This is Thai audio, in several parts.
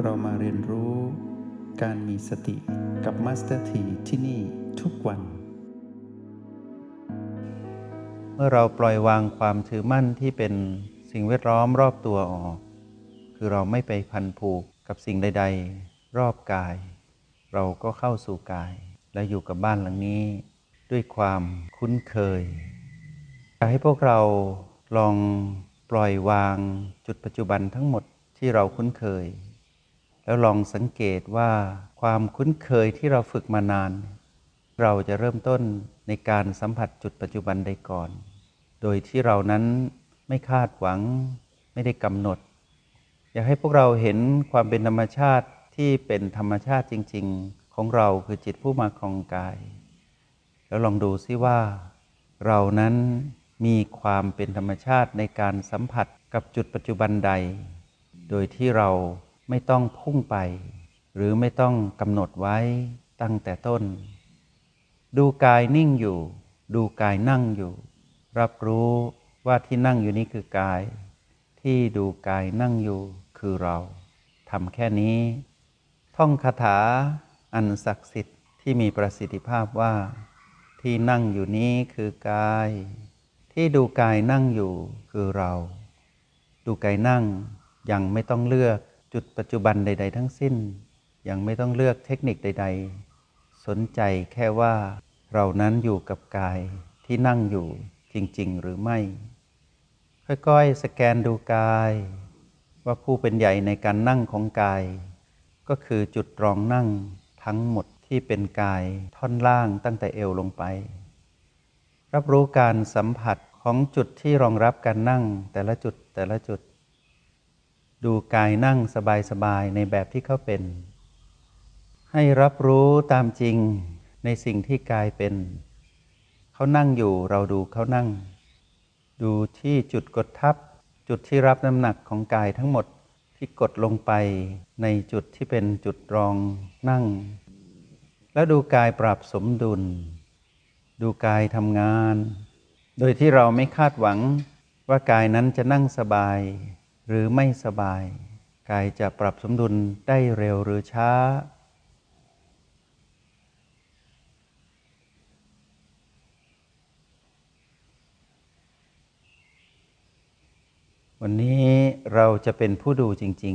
เรามาเรียนรู้การมีสติกับมาสเตอร์ทีที่นี่ทุกวันเมื่อเราปล่อยวางความถือมั่นที่เป็นสิ่งแวดล้อมรอบตัวออกคือเราไม่ไปพันผูกกับสิ่งใดๆรอบกายเราก็เข้าสู่กายและอยู่กับบ้านหลังนี้ด้วยความคุ้นเคยอยากให้พวกเราลองปล่อยวางจุดปัจจุบันทั้งหมดที่เราคุ้นเคยแล้วลองสังเกตว่าความคุ้นเคยที่เราฝึกมานานเราจะเริ่มต้นในการสัมผัสจุดปัจจุบันใดก่อนโดยที่เรานั้นไม่คาดหวังไม่ได้กำหนดอยากให้พวกเราเห็นความเป็นธรรมชาติที่เป็นธรรมชาติจริงๆของเราคือจิตผู้มาครองกายแล้วลองดูซิว่าเรานั้นมีความเป็นธรรมชาติในการสัมผัสกับจุดปัจจุบันใดโดยที่เราไม่ต้องพุ่งไปหรือไม่ต้องกำหนดไว้ตั้งแต่ต้นดูกายนิ่งอยู่ดูกายนั่งอยู่รับรู้ว่าที่นั่งอยู่นี้คือกายที่ดูกายนั่งอยู่คือเราทำแค่นี้ท่องคาถาอันศักดิ์สิทธิ์ที่มีประสิทธิภาพว่าที่นั่งอยู่นี้คือกายที่ดูกายนั่งอยู่คือเราดูกายนั่งยังไม่ต้องเลือกจุดปัจจุบันใดๆทั้งสิ้นยังไม่ต้องเลือกเทคนิคใดๆสนใจแค่ว่าเรานั้นอยู่กับกายที่นั่งอยู่จริงๆหรือไม่ค่อยๆสแกนดูกายว่าผู้เป็นใหญ่ในการนั่งของกายก็คือจุดรองนั่งทั้งหมดที่เป็นกายท่อนล่างตั้งแต่เอวลงไปรับรู้การสัมผัสของจุดที่รองรับการนั่งแต่ละจุดดูกายนั่งสบายๆในแบบที่เขาเป็นให้รับรู้ตามจริงในสิ่งที่กายเป็นเขานั่งอยู่เราดูเขานั่งดูที่จุดกดทับจุดที่รับน้ำหนักของกายทั้งหมดที่กดลงไปในจุดที่เป็นจุดรองนั่งแล้วดูกายปรับสมดุลดูกายทำงานโดยที่เราไม่คาดหวังว่ากายนั้นจะนั่งสบายหรือไม่สบายกายจะปรับสมดุลได้เร็วหรือช้าวันนี้เราจะเป็นผู้ดูจริง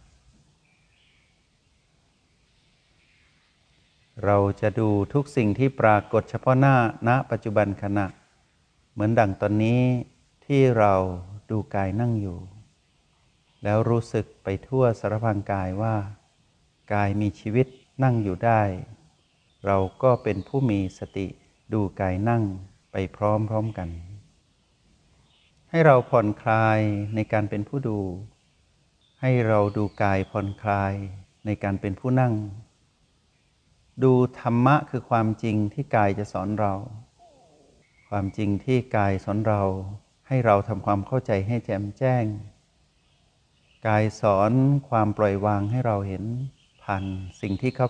ๆเราจะดูทุกสิ่งที่ปรากฏเฉพาะหน้าณปัจจุบันขณะเหมือนดั่งตอนนี้ที่เราดูกายนั่งอยู่แล้วรู้สึกไปทั่วสารพางกายว่ากายมีชีวิตนั่งอยู่ได้เราก็เป็นผู้มีสติดูกายนั่งไปพร้อมๆกันให้เราผ่อนคลายในการเป็นผู้ดูให้เราดูกายผ่อนคลายในการเป็นผู้นั่งดูธรรมะคือความจริงที่กายจะสอนเราความจริงที่กายสอนเราให้เราทำความเข้าใจให้แจ่มแจ้งกายสอนความปล่อยวางให้เราเห็นผ่านสิ่งที่เขา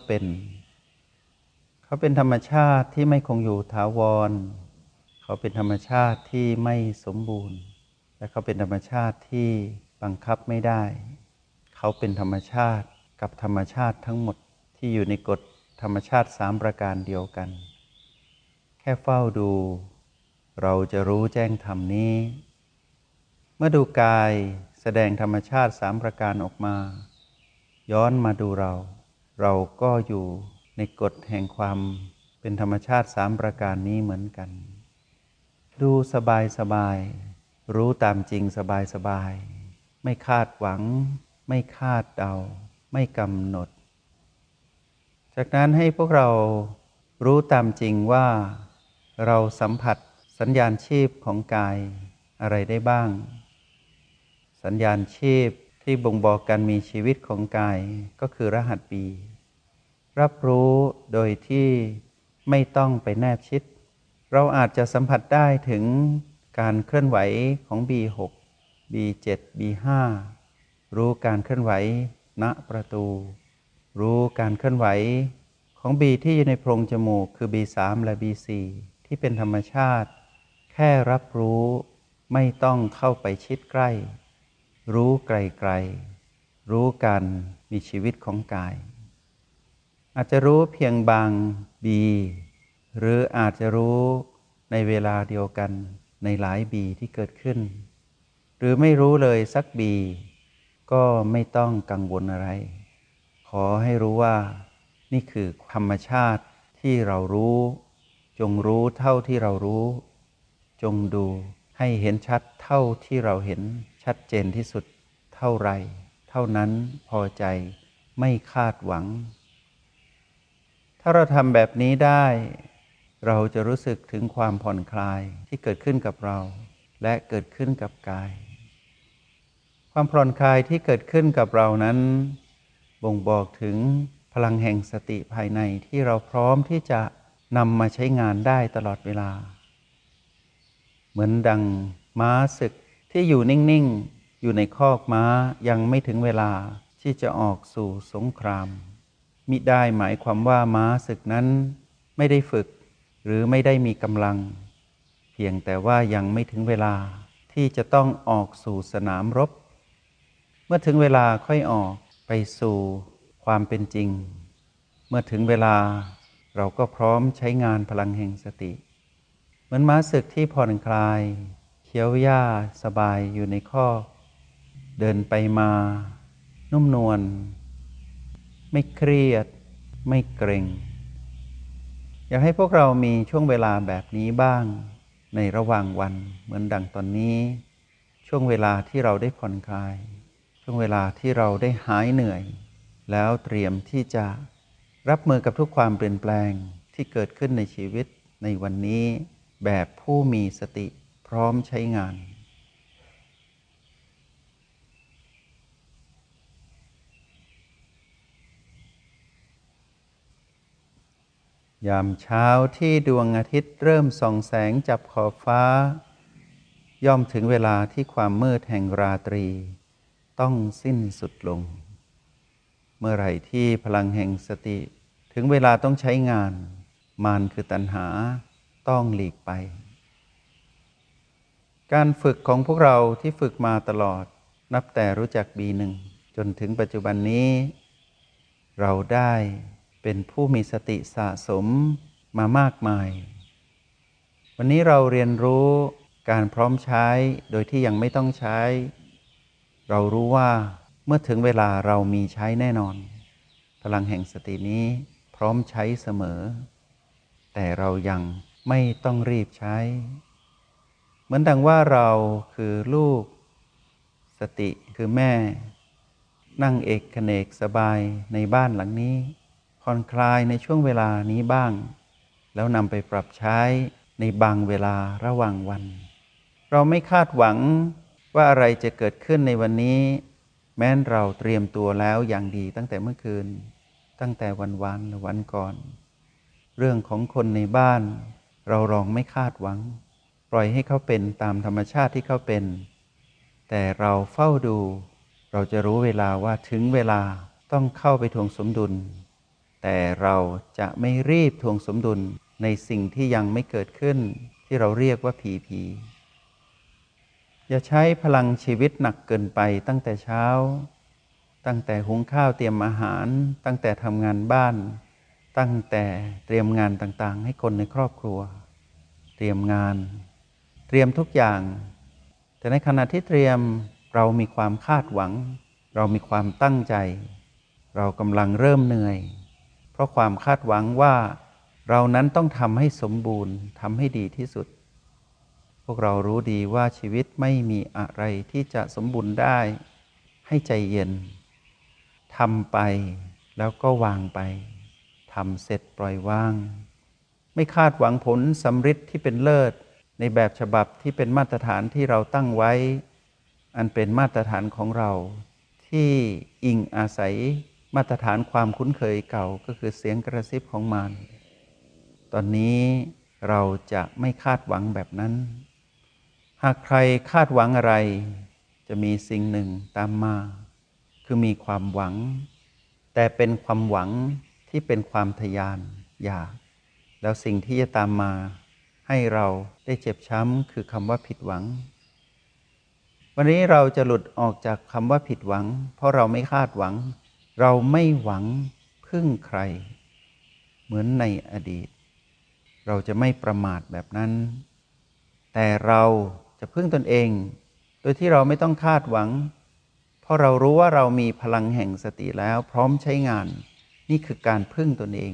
เป็นธรรมชาติที่ไม่คงอยู่ถาวรเขาเป็นธรรมชาติที่ไม่สมบูรณ์และเขาเป็นธรรมชาติที่บังคับไม่ได้เขาเป็นธรรมชาติกับธรรมชาติทั้งหมดที่อยู่ในกฎธรรมชาติ3ประการเดียวกันแค่เฝ้าดูเราจะรู้แจ้งธรรมนี้เมื่อดูกายแสดงธรรมชาติ3ประการออกมาย้อนมาดูเราก็อยู่ในกฎแห่งความเป็นธรรมชาติ3ประการนี้เหมือนกันดูสบายรู้ตามจริงสบายไม่คาดหวังไม่คาดเดาไม่กำหนดจากนั้นให้พวกเรารู้ตามจริงว่าเราสัมผัสสัญญาณชีพของกายอะไรได้บ้างสัญญาณชีพที่บ่งบอกการมีชีวิตของกายก็คือรหัส B รับรู้โดยที่ไม่ต้องไปแนบชิดเราอาจจะสัมผัสได้ถึงการเคลื่อนไหวของ B6 B7 B5 รู้การเคลื่อนไหวณประตูรู้การเคลื่อนไหวของ B ที่อยู่ในโพรงจมูกคือ B3 และ B4 ที่เป็นธรรมชาติแค่รับรู้ไม่ต้องเข้าไปชิดใกล้รู้ไกลรู้การมีชีวิตของกายอาจจะรู้เพียงบางบีหรืออาจจะรู้ในเวลาเดียวกันในหลายบีที่เกิดขึ้นหรือไม่รู้เลยสักบีก็ไม่ต้องกังวลอะไรขอให้รู้ว่านี่คือธรรมชาติที่เรารู้จงรู้เท่าที่เรารู้จงดูให้เห็นชัดเท่าที่เราเห็นชัดเจนที่สุดเท่าไรเท่านั้นพอใจไม่คาดหวังถ้าเราทำแบบนี้ได้เราจะรู้สึกถึงความผ่อนคลายที่เกิดขึ้นกับเราและเกิดขึ้นกับกายความผ่อนคลายที่เกิดขึ้นกับเรานั้นบ่งบอกถึงพลังแห่งสติภายในที่เราพร้อมที่จะนำมาใช้งานได้ตลอดเวลาเหมือนดังม้าศึกที่อยู่นิ่งๆอยู่ในคอกม้ายังไม่ถึงเวลาที่จะออกสู่สงครามมิได้หมายความว่าม้าศึกนั้นไม่ได้ฝึกหรือไม่ได้มีกำลังเพียงแต่ว่ายังไม่ถึงเวลาที่จะต้องออกสู่สนามรบเมื่อถึงเวลาค่อยออกไปสู่ความเป็นจริงเมื่อถึงเวลาเราก็พร้อมใช้งานพลังแห่งสติเหมือนม้าศึกที่ผ่อนคลายเคี้ยวหญ้าสบายอยู่ในคอกเดินไปมานุ่มนวลไม่เครียดไม่เกร็งอยากให้พวกเรามีช่วงเวลาแบบนี้บ้างในระหว่างวันเหมือนดังตอนนี้ช่วงเวลาที่เราได้ผ่อนคลายช่วงเวลาที่เราได้หายเหนื่อยแล้วเตรียมที่จะรับมือกับทุกความเปลี่ยนแปลงที่เกิดขึ้นในชีวิตในวันนี้แบบผู้มีสติพร้อมใช้งานยามเช้าที่ดวงอาทิตย์เริ่มส่องแสงจับขอบฟ้าย่อมถึงเวลาที่ความมืดแห่งราตรีต้องสิ้นสุดลงเมื่อไหร่ที่พลังแห่งสติถึงเวลาต้องใช้งานมารคือตัณหาต้องหลีกไปการฝึกของพวกเราที่ฝึกมาตลอดนับแต่รู้จักB1จนถึงปัจจุบันนี้เราได้เป็นผู้มีสติสะสมมามากมายวันนี้เราเรียนรู้การพร้อมใช้โดยที่ยังไม่ต้องใช้เรารู้ว่าเมื่อถึงเวลาเรามีใช้แน่นอนพลังแห่งสตินี้พร้อมใช้เสมอแต่เรายังไม่ต้องรีบใช้เหมือนดังว่าเราคือลูกสติคือแม่นั่งเอกเขนกสบายในบ้านหลังนี้ผ่อนคลายในช่วงเวลานี้บ้างแล้วนำไปปรับใช้ในบางเวลาระหว่างวันเราไม่คาดหวังว่าอะไรจะเกิดขึ้นในวันนี้แม้นเราเตรียมตัวแล้วอย่างดีตั้งแต่เมื่อคืนตั้งแต่วันหรือวันก่อนเรื่องของคนในบ้านเราลองไม่คาดหวังปล่อยให้เขาเป็นตามธรรมชาติที่เขาเป็นแต่เราเฝ้าดูเราจะรู้เวลาว่าถึงเวลาต้องเข้าไปทวงสมดุลแต่เราจะไม่รีบทวงสมดุลในสิ่งที่ยังไม่เกิดขึ้นที่เราเรียกว่าผีอย่าใช้พลังชีวิตหนักเกินไปตั้งแต่เช้าตั้งแต่หุงข้าวเตรียมอาหารตั้งแต่ทำงานบ้านตั้งแต่เตรียมงานต่างๆให้คนในครอบครัวเตรียมงานเตรียมทุกอย่างแต่ในขณะที่เตรียมเรามีความคาดหวังเรามีความตั้งใจเรากำลังเริ่มเหนื่อยเพราะความคาดหวังว่าเรานั้นต้องทำให้สมบูรณ์ทำให้ดีที่สุดพวกเรารู้ดีว่าชีวิตไม่มีอะไรที่จะสมบูรณ์ได้ให้ใจเย็นทำไปแล้วก็วางไปทำเสร็จปล่อยวางไม่คาดหวังผลสำฤทธิ์ที่เป็นเลิศในแบบฉบับที่เป็นมาตรฐานที่เราตั้งไว้อันเป็นมาตรฐานของเราที่อิงอาศัยมาตรฐานความคุ้นเคยเก่าก็คือเสียงกระซิบของมารตอนนี้เราจะไม่คาดหวังแบบนั้นหากใครคาดหวังอะไรจะมีสิ่งหนึ่งตามมาคือมีความหวังแต่เป็นความหวังที่เป็นความทะยานอยากแล้วสิ่งที่จะตามมาให้เราได้เจ็บช้ำคือคำว่าผิดหวังวันนี้เราจะหลุดออกจากคำว่าผิดหวังเพราะเราไม่คาดหวังเราไม่หวังพึ่งใครเหมือนในอดีตเราจะไม่ประมาทแบบนั้นแต่เราจะพึ่งตนเองโดยที่เราไม่ต้องคาดหวังเพราะเรารู้ว่าเรามีพลังแห่งสติแล้วพร้อมใช้งานนี่คือการพึ่งตนเอง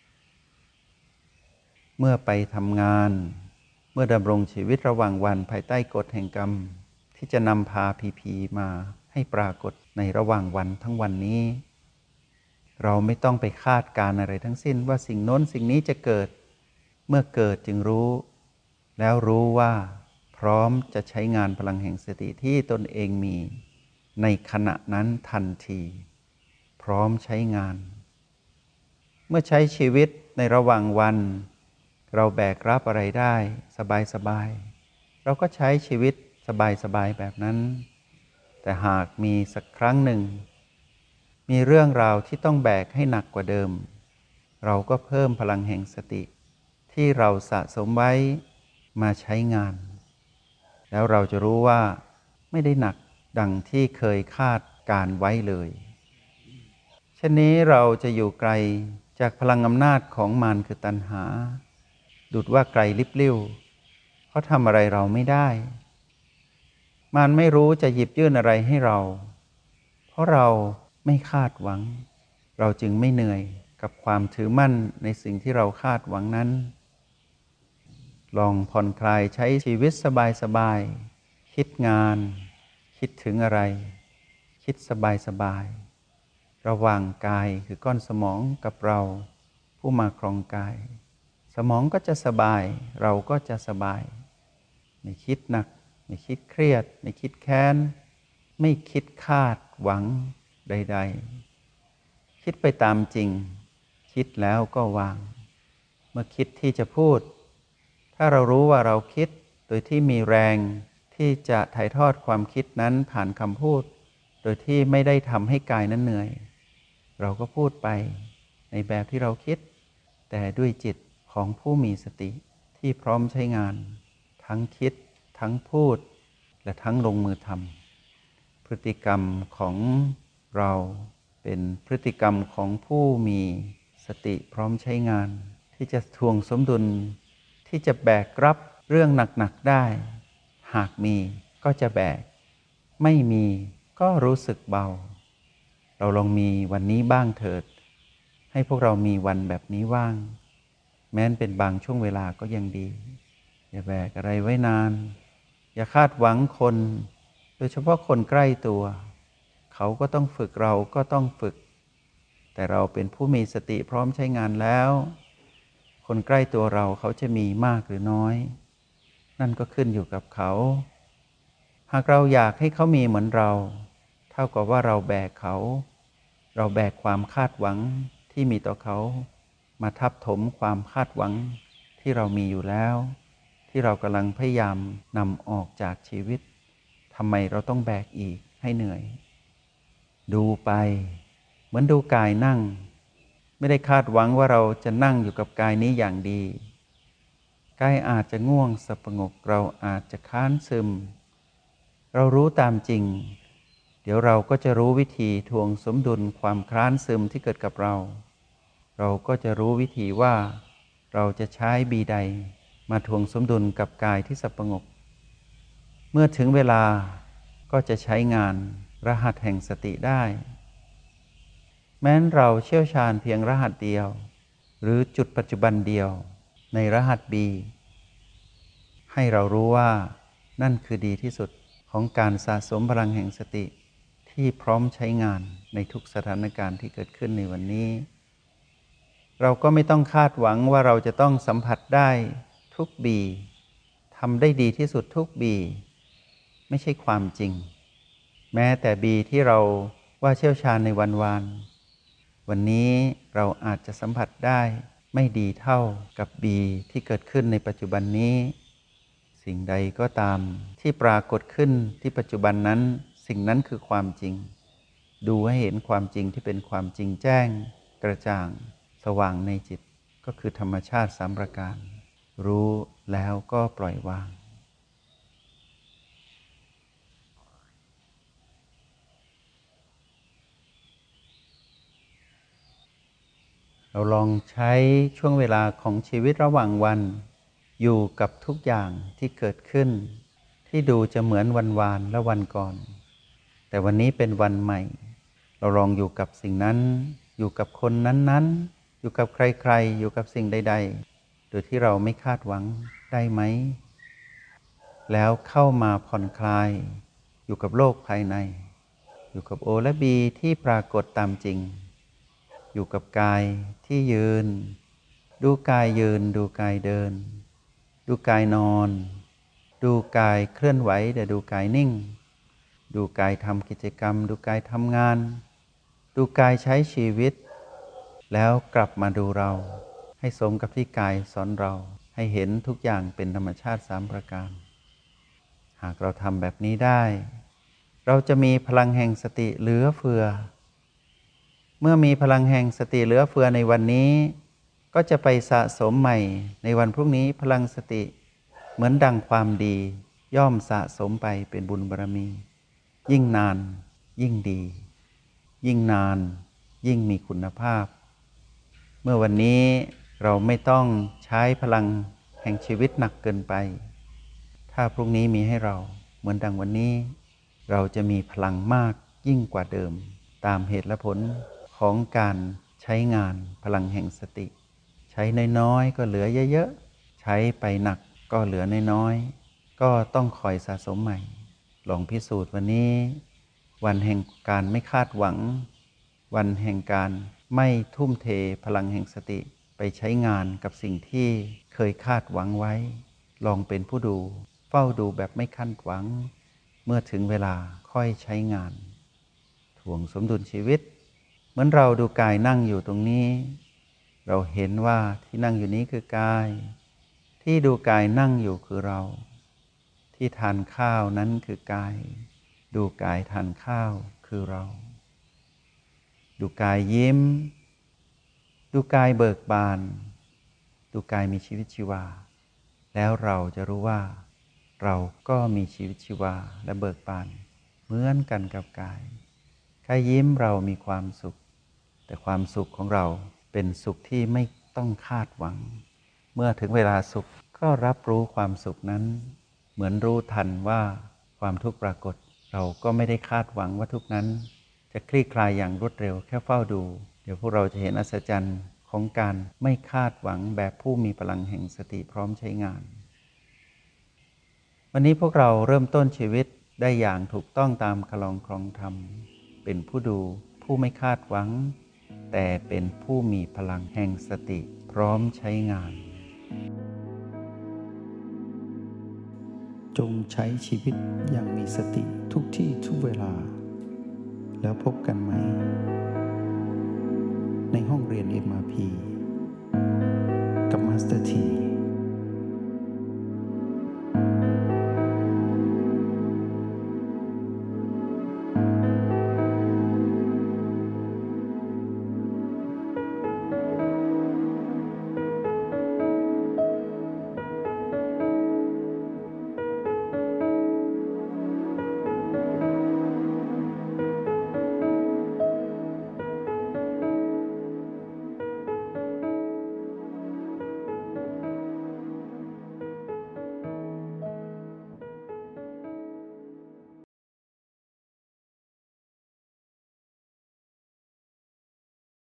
เมื่อไปทำงานเมื่อดำรงชีวิตระหว่างวันภายใต้กฎแห่งกรรมที่จะนำพาพีมาให้ปรากฏในระหว่างวันทั้งวันนี้เราไม่ต้องไปคาดการอะไรทั้งสิ้นว่าสิ่งโน้นสิ่งนี้จะเกิดเมื่อเกิดจึงรู้แล้วรู้ว่าพร้อมจะใช้งานพลังแห่งสติที่ตนเองมีในขณะนั้นทันทีพร้อมใช้งานเมื่อใช้ชีวิตในระหว่างวันเราแบกรับอะไรได้สบายๆเราก็ใช้ชีวิตสบายๆแบบนั้นแต่หากมีสักครั้งหนึ่งมีเรื่องราวที่ต้องแบกให้หนักกว่าเดิมเราก็เพิ่มพลังแห่งสติที่เราสะสมไว้มาใช้งานแล้วเราจะรู้ว่าไม่ได้หนักดังที่เคยคาดการไว้เลยเช่นนี้เราจะอยู่ไกลจากพลังอำนาจของมารคือตัณหาดุจว่าไกลลิบลิ่วเพราะทำอะไรเราไม่ได้มารไม่รู้จะหยิบยื่นอะไรให้เราเพราะเราไม่คาดหวังเราจึงไม่เหนื่อยกับความถือมั่นในสิ่งที่เราคาดหวังนั้นลองผ่อนคลายใช้ชีวิตสบายๆคิดงานคิดถึงอะไรคิดสบายๆระหว่างกายคือก้อนสมองกับเราผู้มาครองกายสมองก็จะสบายเราก็จะสบายไม่คิดหนักไม่คิดเครียดไม่คิดแค้นไม่คิดคาดหวังใดๆคิดไปตามจริงคิดแล้วก็วางเมื่อคิดที่จะพูดถ้าเรารู้ว่าเราคิดโดยที่มีแรงที่จะถ่ายทอดความคิดนั้นผ่านคำพูดโดยที่ไม่ได้ทำให้กายนั้นเหนื่อยเราก็พูดไปในแบบที่เราคิดแต่ด้วยจิตของผู้มีสติที่พร้อมใช้งานทั้งคิดทั้งพูดและทั้งลงมือทำพฤติกรรมของเราเป็นพฤติกรรมของผู้มีสติพร้อมใช้งานที่จะทวงสมดุลที่จะแบกรับเรื่องหนักๆได้หากมีก็จะแบกไม่มีก็รู้สึกเบาเราลองมีวันนี้บ้างเถิดให้พวกเรามีวันแบบนี้ว่างแม้นเป็นบางช่วงเวลาก็ยังดีอย่าแบกอะไรไว้นานอย่าคาดหวังคนโดยเฉพาะคนใกล้ตัวเขาก็ต้องฝึกเราก็ต้องฝึกแต่เราเป็นผู้มีสติพร้อมใช้งานแล้วคนใกล้ตัวเราเขาจะมีมากหรือน้อยนั่นก็ขึ้นอยู่กับเขาหากเราอยากให้เขามีเหมือนเราเท่ากับว่าเราแบกเขาเราแบกความคาดหวังที่มีต่อเขามาทับถมความคาดหวังที่เรามีอยู่แล้วที่เรากำลังพยายามนำออกจากชีวิตทำไมเราต้องแบกอีกให้เหนื่อยดูไปเหมือนดูกายนั่งไม่ได้คาดหวังว่าเราจะนั่งอยู่กับกายนี้อย่างดีกายอาจจะง่วงสงบเราอาจจะค้านซึมเรารู้ตามจริงเดี๋ยวเราก็จะรู้วิธีทวงสมดุลความคลานซึมที่เกิดกับเราเราก็จะรู้วิธีว่าเราจะใช้บีใดมาทวงสมดุลกับกายที่สงบเมื่อถึงเวลาก็จะใช้งานรหัสแห่งสติได้แม้นเราเชี่ยวชาญเพียงรหัสเดียวหรือจุดปัจจุบันเดียวในรหัส B ให้เรารู้ว่านั่นคือดีที่สุดของการสะสมพลังแห่งสติที่พร้อมใช้งานในทุกสถานการณ์ที่เกิดขึ้นในวันนี้เราก็ไม่ต้องคาดหวังว่าเราจะต้องสัมผัสได้ทุกบีทำได้ดีที่สุดทุกบีไม่ใช่ความจริงแม้แต่บีที่เราว่าเชี่ยวชาญในวันวานวันนี้เราอาจจะสัมผัสได้ไม่ดีเท่ากับบีที่เกิดขึ้นในปัจจุบันนี้สิ่งใดก็ตามที่ปรากฏขึ้นที่ปัจจุบันนั้นสิ่งนั้นคือความจริงดูให้เห็นความจริงที่เป็นความจริงแจ้งกระจ่างสว่างในจิตก็คือธรรมชาติ3ประการรู้แล้วก็ปล่อยวางเราลองใช้ช่วงเวลาของชีวิตระหว่างวันอยู่กับทุกอย่างที่เกิดขึ้นที่ดูจะเหมือนวันวานและวันก่อนแต่วันนี้เป็นวันใหม่เราลองอยู่กับสิ่งนั้นอยู่กับคนนั้นๆอยู่กับใครๆอยู่กับสิ่งใดๆโดยที่เราไม่คาดหวังได้ไหมแล้วเข้ามาผ่อนคลายอยู่กับโลกภายในอยู่กับโอและบีที่ปรากฏตามจริงอยู่กับกายที่ยืนดูกายยืนดูกายเดินดูกายนอนดูกายเคลื่อนไหวแต่ดูกายนิ่งดูกายทำกิจกรรมดูกายทำงานดูกายใช้ชีวิตแล้วกลับมาดูเราให้สมกับที่กายสอนเราให้เห็นทุกอย่างเป็นธรรมชาติ3ประการหากเราทำแบบนี้ได้เราจะมีพลังแห่งสติเหลือเฟือเมื่อมีพลังแห่งสติเหลือเฟือในวันนี้ก็จะไปสะสมใหม่ในวันพรุ่งนี้พลังสติเหมือนดังความดีย่อมสะสมไปเป็นบุญบารมียิ่งนานยิ่งดียิ่งนานยิ่งมีคุณภาพเมื่อวันนี้เราไม่ต้องใช้พลังแห่งชีวิตหนักเกินไปถ้าพรุ่งนี้มีให้เราเหมือนดังวันนี้เราจะมีพลังมากยิ่งกว่าเดิมตามเหตุและผลของการใช้งานพลังแห่งสติใช้น้อยๆก็เหลือเยอะๆใช้ไปหนักก็เหลือน้อยๆก็ต้องคอยสะสมใหม่ลองพิสูจน์วันนี้วันแห่งการไม่คาดหวังวันแห่งการไม่ทุ่มเทพลังแห่งสติไปใช้งานกับสิ่งที่เคยคาดหวังไว้ลองเป็นผู้ดูเฝ้าดูแบบไม่คาดหวังเมื่อถึงเวลาค่อยใช้งานถ่วงสมดุลชีวิตเหมือนเราดูกายนั่งอยู่ตรงนี้เราเห็นว่าที่นั่งอยู่นี้คือกายที่ดูกายนั่งอยู่คือเราที่ทานข้าวนั้นคือกายดูกายทานข้าวคือเราดูกายยิ้มดูกายเบิกบานดูกายมีชีวิตชีวาแล้วเราจะรู้ว่าเราก็มีชีวิตชีวาและเบิกบานเหมือนกันกับกายแค่ยิ้มเรามีความสุขแต่ความสุขของเราเป็นสุขที่ไม่ต้องคาดหวังเมื่อถึงเวลาสุขก็รับรู้ความสุขนั้นเหมือนรู้ทันว่าความทุกข์ปรากฏเราก็ไม่ได้คาดหวังว่าทุกนั้นจะคลี่คลายอย่างรวดเร็วแค่เฝ้าดูเดี๋ยวพวกเราจะเห็นอัศจรรย์ของการไม่คาดหวังแบบผู้มีพลังแห่งสติพร้อมใช้งานวันนี้พวกเราเริ่มต้นชีวิตได้อย่างถูกต้องตามคลองครองธรรมเป็นผู้ดูผู้ไม่คาดหวังแต่เป็นผู้มีพลังแห่งสติพร้อมใช้งานจงใช้ชีวิตอย่างมีสติทุกที่ทุกเวลาแล้วพบกันไหมในห้องเรียน MRP กับมาสเตอร์ที